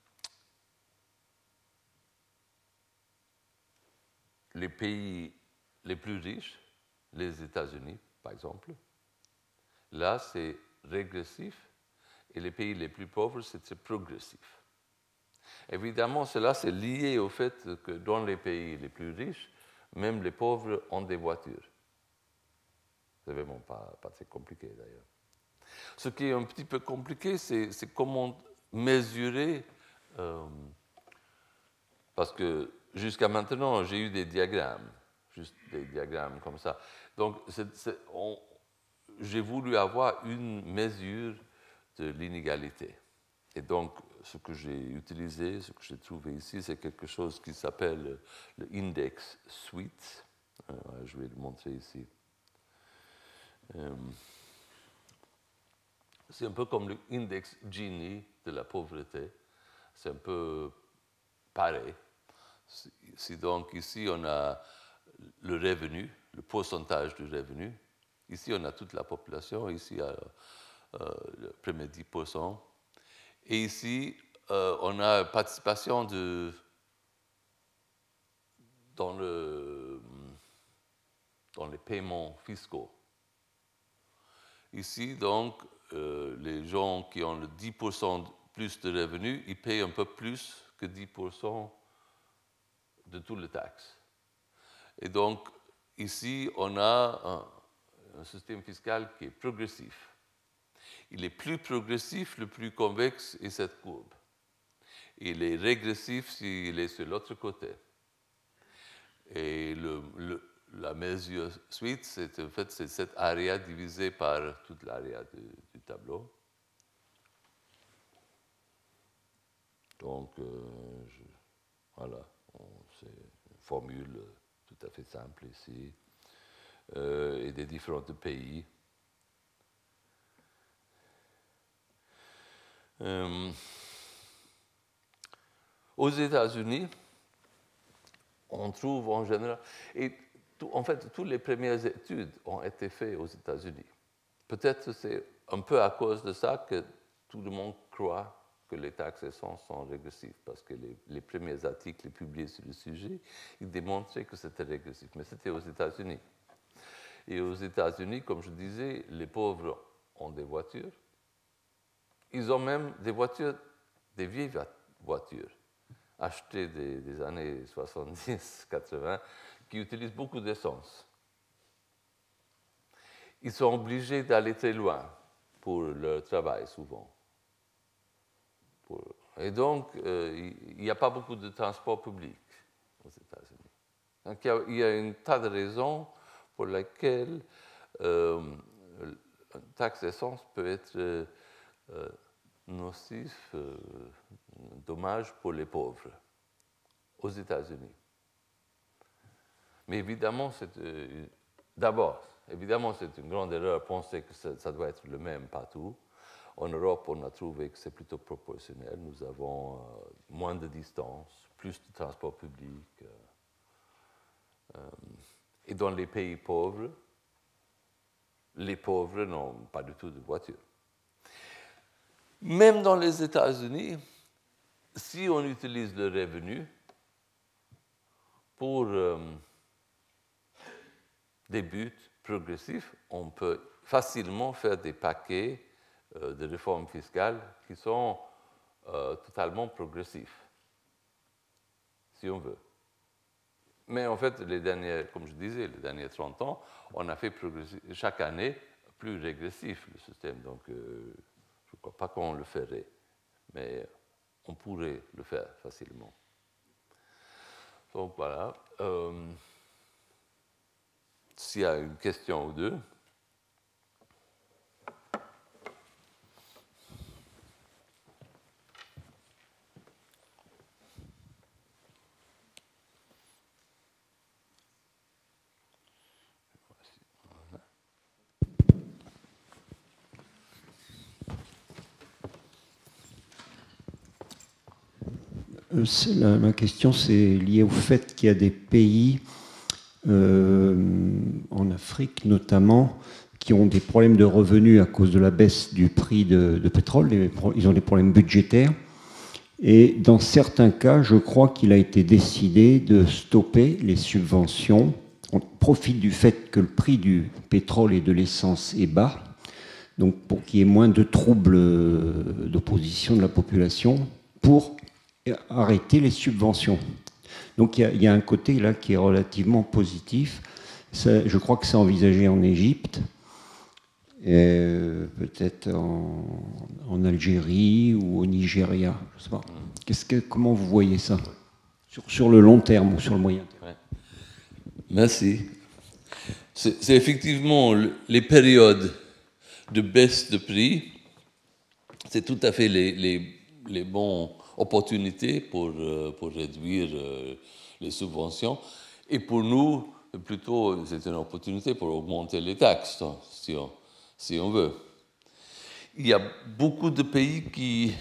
les pays les plus riches, les États-Unis par exemple, là c'est régressif, et les pays les plus pauvres c'est très progressif. Évidemment, cela c'est lié au fait que dans les pays les plus riches, même les pauvres ont des voitures. C'est vraiment pas, pas très compliqué d'ailleurs. Ce qui est un petit peu compliqué, c'est, c'est comment mesurer, euh, parce que jusqu'à maintenant, j'ai eu des diagrammes, juste des diagrammes comme ça. Donc, c'est, c'est, on, j'ai voulu avoir une mesure de l'inégalité. Et donc, ce que j'ai utilisé, ce que j'ai trouvé ici, c'est quelque chose qui s'appelle le index suite. Euh, je vais le montrer ici. Euh, c'est un peu comme le index Gini de la pauvreté. C'est un peu pareil. Si donc ici on a le revenu, le pourcentage du revenu, ici on a toute la population, ici euh, le premier dix pour cent, et ici euh, on a participation de, dans, le, dans les paiements fiscaux. Ici donc, euh, les gens qui ont le dix pour cent plus de revenus, ils payent un peu plus que dix pour cent de toutes les taxes. Et donc, ici, on a un, un système fiscal qui est progressif. Il est plus progressif, le plus convexe est cette courbe. Il est régressif s'il est sur l'autre côté. Et le, le, la mesure suite, c'est en fait c'est cette area divisée par toute l'area du, du tableau. Donc, euh, je, voilà, on, c'est une formule tout à fait simple ici, euh, et des différents pays. Euh, aux États-Unis, on trouve en général, et tout, en fait, toutes les premières études ont été faites aux États-Unis. Peut-être c'est un peu à cause de ça que tout le monde croit que les taxes essence sont régressives, parce que les, les premiers articles publiés sur le sujet, ils démontraient que c'était régressif, mais c'était aux États-Unis. Et aux États-Unis, comme je disais, les pauvres ont des voitures. Ils ont même des voitures, des vieilles voitures, achetées des, des années soixante-dix quatre-vingts, qui utilisent beaucoup d'essence. Ils sont obligés d'aller très loin pour leur travail, souvent. Pour... Et donc, euh, il n'y a pas beaucoup de transport public aux États-Unis. Donc, il y a, il y a un tas de raisons pour lesquelles euh, une taxe d'essence peut être euh, nocif, euh, dommage pour les pauvres aux États-Unis. Mais évidemment, c'est, euh, d'abord, évidemment, c'est une grande erreur de penser que ça, ça doit être le même partout. En Europe, on a trouvé que c'est plutôt proportionnel. Nous avons euh, moins de distance, plus de transport public. Euh, euh, et dans les pays pauvres, les pauvres n'ont pas du tout de voiture. Même dans les États-Unis, si on utilise le revenu pour euh, des buts progressifs, on peut facilement faire des paquets euh, de réformes fiscales qui sont euh, totalement progressifs, si on veut. Mais en fait, les derniers, comme je disais, les derniers trente ans, on a fait chaque année plus régressif le système. Donc, euh, je ne crois pas qu'on le ferait, mais on pourrait le faire facilement. Donc voilà. Euh, s'il y a une question ou deux. La, ma question, c'est lié au fait qu'il y a des pays, euh, en Afrique notamment, qui ont des problèmes de revenus à cause de la baisse du prix de, de pétrole. Ils ont des problèmes budgétaires. Et dans certains cas, je crois qu'il a été décidé de stopper les subventions. On profite du fait que le prix du pétrole et de l'essence est bas, donc pour qu'il y ait moins de troubles d'opposition de la population, pour arrêter les subventions. Donc il y, a, il y a un côté là qui est relativement positif. Ça, je crois que c'est envisagé en Égypte, peut-être en, en Algérie ou au Nigeria. Je sais pas. Qu'est-ce que, comment vous voyez ça sur, sur le long terme ou sur le moyen terme? Ouais. Merci. C'est, c'est effectivement les périodes de baisse de prix, c'est tout à fait les, les, les bonnes opportunités pour, pour réduire les subventions. Et pour nous, plutôt, c'est une opportunité pour augmenter les taxes, si on, si on veut. Il y a beaucoup de pays qui,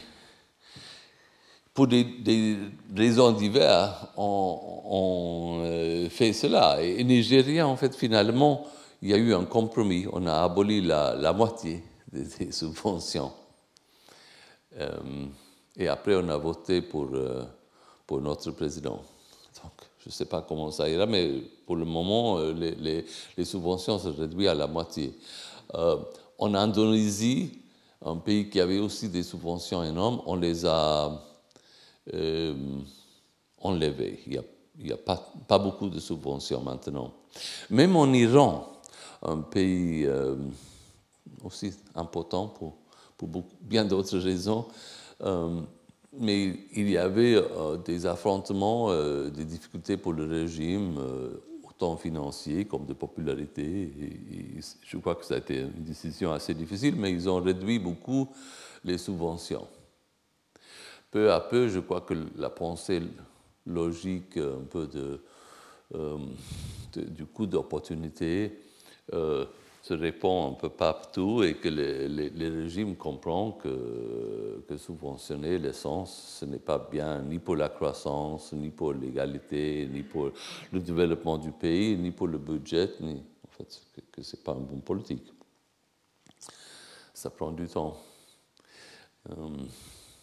pour des, des raisons diverses, ont, ont fait cela. Et Nigeria, en fait, finalement, il y a eu un compromis. On a aboli la, la moitié des, des subventions. Euh, et après, on a voté pour, euh, pour notre président. Donc, je ne sais pas comment ça ira, mais pour le moment, les, les, les subventions se réduisent à la moitié. Euh, en Indonésie, un pays qui avait aussi des subventions énormes, on les a euh, enlevées. Il n'y a, il y a pas, pas beaucoup de subventions maintenant. Même en Iran, un pays euh, aussi important pour, pour beaucoup, bien d'autres raisons, euh, mais il y avait euh, des affrontements, euh, des difficultés pour le régime, euh, autant financiers comme de popularité. Et, et je crois que ça a été une décision assez difficile, mais ils ont réduit beaucoup les subventions. Peu à peu, je crois que la pensée logique un peu de, euh, de, du coût d'opportunité euh, se répand un peu partout et que les, les, les régimes comprennent que, que subventionner l'essence, ce n'est pas bien ni pour la croissance, ni pour l'égalité, ni pour le développement du pays, ni pour le budget, ni en fait que, que ce n'est pas une bonne politique. Ça prend du temps. Euh,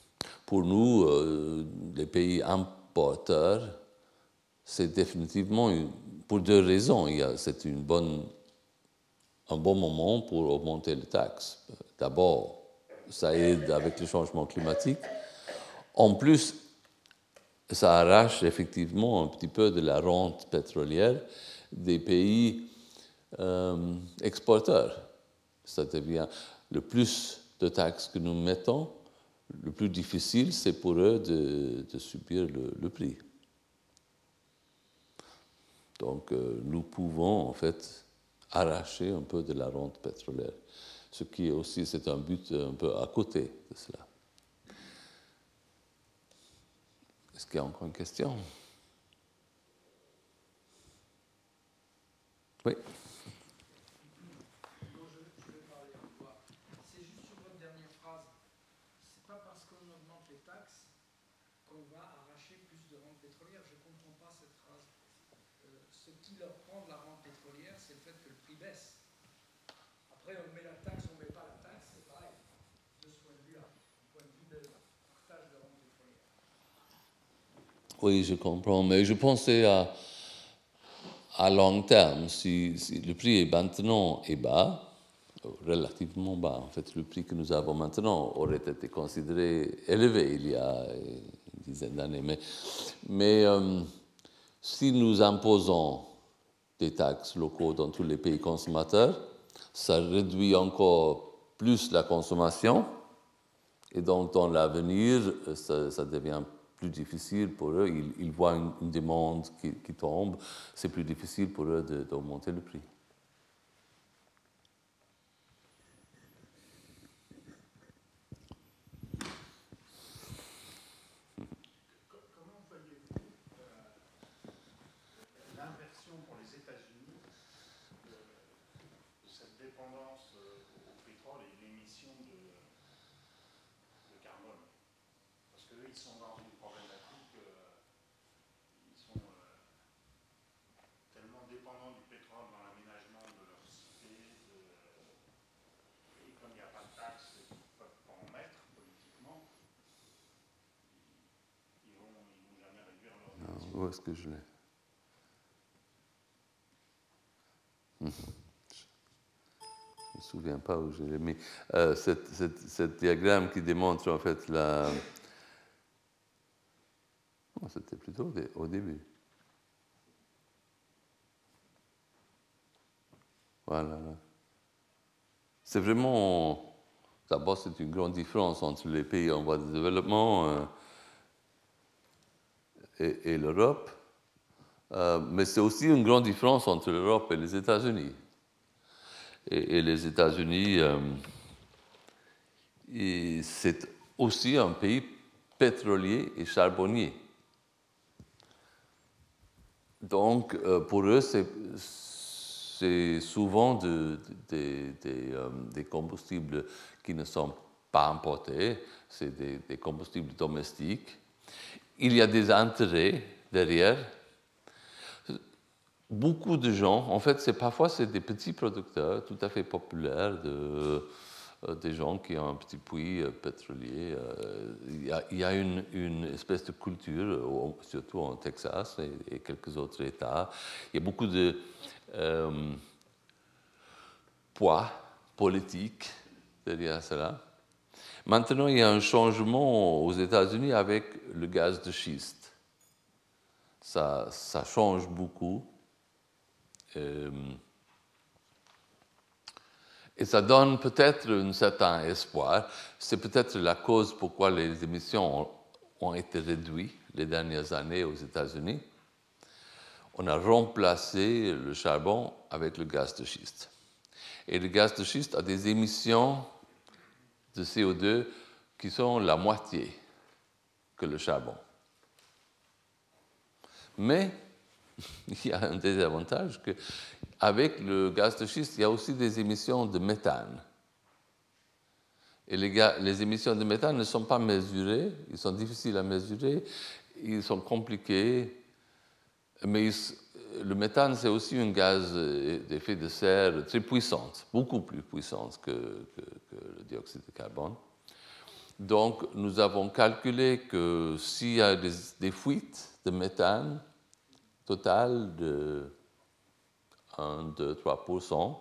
pour nous, euh, les pays importeurs, c'est définitivement une, pour deux raisons. Il y a, c'est une bonne, un bon moment pour augmenter les taxes. D'abord, ça aide avec le changement climatique. En plus, ça arrache effectivement un petit peu de la rente pétrolière des pays euh, exporteurs. Ça devient le plus de taxes que nous mettons, le plus difficile, c'est pour eux de, de subir le, le prix. Donc, euh, nous pouvons en fait arracher un peu de la rente pétrolière, ce qui est aussi, c'est un but un peu à côté de cela. Est-ce qu'il y a encore une question? Oui. C'est juste sur votre dernière phrase. C'est pas parce qu'on augmente les taxes qu'on va arracher plus de rente pétrolière. Je ne comprends pas cette phrase. Euh, ce qui leur prend de la rente pétrolière, c'est le fait que le prix baisse. Après, on met la taxe, on ne met pas la taxe, c'est pareil. De ce point de vue-là, du point de vue de partage de rente pétrolière. Oui, je comprends, mais je pensais à, à long terme, si, si le prix est maintenant est bas, relativement bas, en fait, le prix que nous avons maintenant aurait été considéré élevé il y a une dizaine d'années. Mais, mais euh, si nous imposons des taxes locaux dans tous les pays consommateurs, ça réduit encore plus la consommation, et donc dans l'avenir, ça, ça devient plus difficile pour eux. Ils, ils voient une, une demande qui, qui tombe, c'est plus difficile pour eux de, d'augmenter le prix. Comment voyez-vous euh, l'inversion pour les États-Unis de, de cette dépendance au pétrole et l'émission de, de carbone? Parce qu'eux, ils sont dans une problématique, euh, ils sont euh, tellement dépendants du pétrole dans l'aménagement de leur cité, de, et comme il n'y a pas de taxes, ils ne peuvent pas en mettre politiquement, ils ne vont, ils vont jamais réduire leur émission. Où est-ce que je l'ai? Je ne me souviens pas où je l'ai mis. Euh, cette, cette, cette diagramme qui démontre en fait la... Oh, c'était plutôt au début. Voilà. C'est vraiment... D'abord, c'est une grande différence entre les pays en voie de développement euh, et, et l'Europe. Euh, mais c'est aussi une grande différence entre l'Europe et les États-Unis. Et, et les États-Unis, euh, et c'est aussi un pays pétrolier et charbonnier. Donc, euh, pour eux, c'est, c'est souvent de, de, de, de, euh, des combustibles qui ne sont pas importés, c'est des, des combustibles domestiques. Il y a des intérêts derrière. Beaucoup de gens, en fait, c'est, parfois, c'est des petits producteurs tout à fait populaires, de, euh, des gens qui ont un petit puits euh, pétrolier. Euh, il y a, il y a une, une espèce de culture, euh, surtout en Texas et, et quelques autres États. Il y a beaucoup de euh, poids politique derrière cela. Maintenant, il y a un changement aux États-Unis avec le gaz de schiste. Ça, ça change beaucoup. Euh, et ça donne peut-être un certain espoir. C'est peut-être la cause pourquoi les émissions ont, ont été réduites les dernières années aux États-Unis. On a remplacé le charbon avec le gaz de schiste. Et le gaz de schiste a des émissions de C O deux qui sont la moitié que le charbon. Mais il y a un désavantage qu'avec le gaz de schiste, il y a aussi des émissions de méthane. Et les, gaz, les émissions de méthane ne sont pas mesurées, ils sont difficiles à mesurer, ils sont compliqués. Mais ils, le méthane, c'est aussi un gaz d'effet de serre très puissant, beaucoup plus puissant que, que, que le dioxyde de carbone. Donc, nous avons calculé que s'il y a des, des fuites de méthane totales de un, deux, trois pour cent,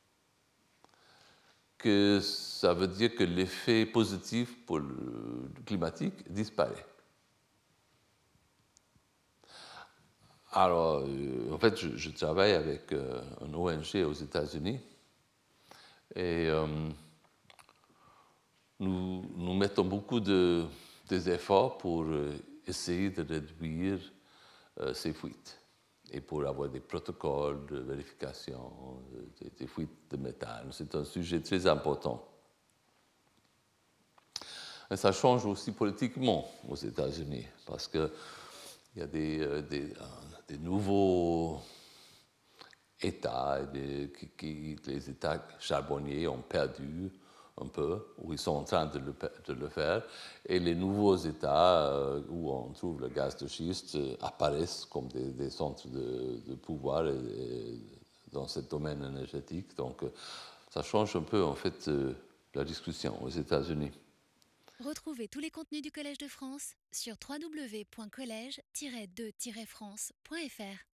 que ça veut dire que l'effet positif pour le climatique disparaît. Alors, euh, en fait, je, je travaille avec euh, un O N G aux États-Unis et euh, nous, nous mettons beaucoup de, des efforts pour euh, essayer de réduire euh, ces fuites et pour avoir des protocoles de vérification des, des fuites de méthane. C'est un sujet très important. Et ça change aussi politiquement aux États-Unis parce qu'il y a des, euh, des, euh, des nouveaux États, des, qui, qui, les États charbonniers ont perdu un peu, ou ils sont en train de le, de le faire, et les nouveaux États euh, où on trouve le gaz de schiste euh, apparaissent comme des, des centres de, de pouvoir et, et dans ce domaine énergétique. Donc, euh, ça change un peu, en fait, euh, la discussion aux États-Unis. Retrouvez tous les contenus du Collège de France sur w w w point collège tiret de tiret france point f r.